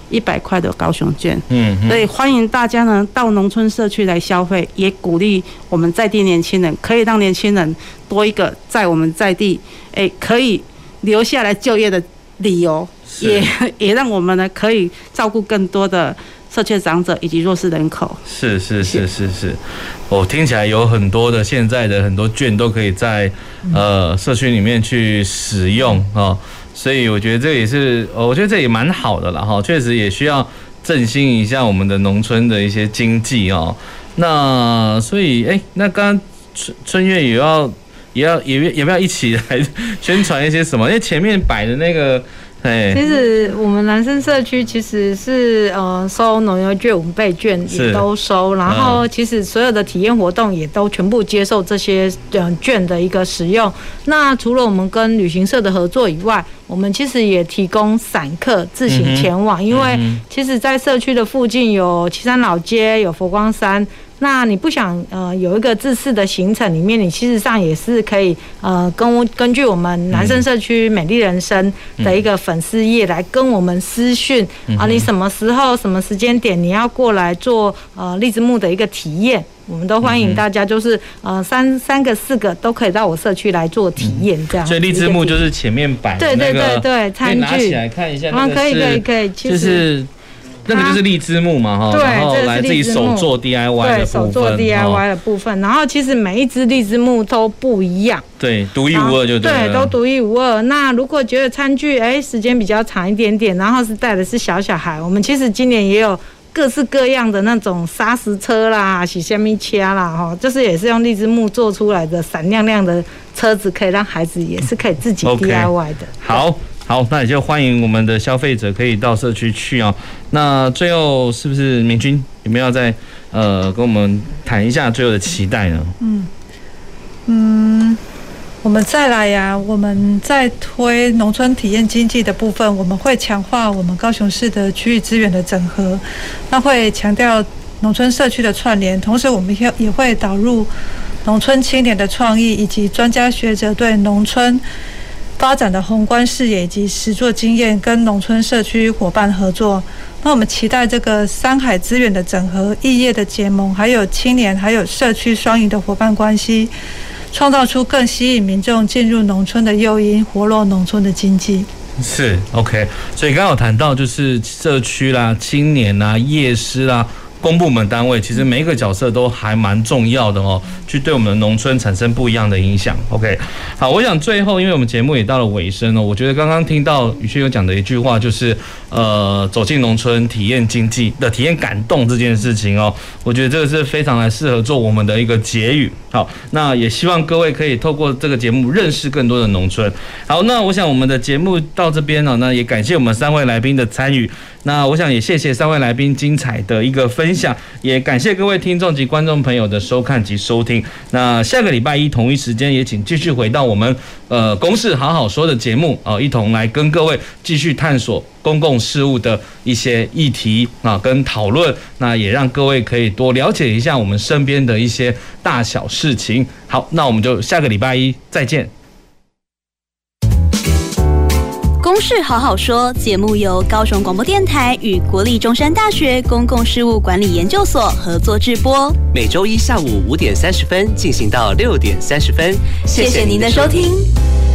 一百块的高雄券。 嗯， 所以欢迎大家呢到农村社区来消费，也鼓励我们在地年轻人，可以让年轻人多一个在我们在地，哎，可以留下来就业的理由，也也让我们呢可以照顾更多的社区长者以及弱势人口。 是是是是是，我、哦、听起来有很多的现在的很多券都可以在呃社区里面去使用哦，所以我觉得这也是，哦、我觉得这也蛮好的啦哈，确实也需要振兴一下我们的农村的一些经济哦。那所以哎，那刚刚春春月也要也要也也不要一起来宣传一些什么？因为前面摆的那个。 其实我们南生社区其实是呃收农游券、五倍券也都收，然后其实所有的体验活动也都全部接受这些呃券的一个使用。那除了我们跟旅行社的合作以外，我们其实也提供散客自行前往，因为其实在社区的附近有旗山老街、有佛光山。那你不想呃有一个自式的行程里面，你其实上也是可以呃跟根据我们南生社区美丽人生的一个粉丝页来跟我们私讯、嗯、啊，你什么时候什么时间点你要过来做呃荔枝木的一个体验，我们都欢迎大家，就是呃三三个四个都可以到我社区来做体验这样。 所以荔枝木就是前面摆的那个，对对对对，餐具，拿起来看一下，那个是，可以可以可以，其实就是那个就是荔枝木嘛哈，然后来自己手做 D I Y 的部分，对，手做 D I Y 的部分，然后其实每一只荔枝木都不一样，对，独一无二就对了，对，都独一无二。那如果觉得餐具哎时间比较长一点点，然后是带的是小小孩，我们其实今年也有各式各样的那种砂石车啦、洗虾米掐啦，哈，就是也是用荔枝木做出来的闪亮亮的车子，可以让孩子也是可以自己 D I Y 的。Okay, 好。好，那也就欢迎我们的消费者可以到社区去哦。那最后是不是明君有没有要再呃跟我们谈一下最后的期待呢？嗯嗯，我们再来呀、啊，我们在推农村体验经济的部分，我们会强化我们高雄市的区域资源的整合，那会强调农村社区的串联，同时我们也也会导入农村青年的创意以及专家学者对农村发展的宏观视野以及实作经验，跟农村社区伙伴合作。那我们期待这个山海资源的整合、异业的结盟，还有青年还有社区双赢的伙伴关系，创造出更吸引民众进入农村的诱因，活络农村的经济。 是 OK， 所以刚刚有谈到就是社区啦、青年啦、业师啦。公部门单位其实每一个角色都还蛮重要的哦，去对我们的农村产生不一样的影响。OK， 好，我想最后因为我们节目也到了尾声哦，我觉得刚刚听到宇轩有讲的一句话，就是呃走进农村体验经济的体验感动这件事情哦，我觉得这个是非常来适合做我们的一个结语。好，那也希望各位可以透过这个节目认识更多的农村。好，那我想我们的节目到这边呢，那也感谢我们三位来宾的参与。那我想也谢谢三位来宾精彩的一个分享，也感谢各位听众及观众朋友的收看及收听。那下个礼拜一同一时间，也请继续回到我们呃公事好好说的节目啊、呃，一同来跟各位继续探索公共事务的一些议题啊跟讨论。那也让各位可以多了解一下我们身边的一些大小事情。好，那我们就下个礼拜一再见。 公事好好说节目由高雄广播电台与国立中山大学公共事务管理研究所合作制播， 每周一下午五点三十分进行到六点三十分。 谢谢您的收听。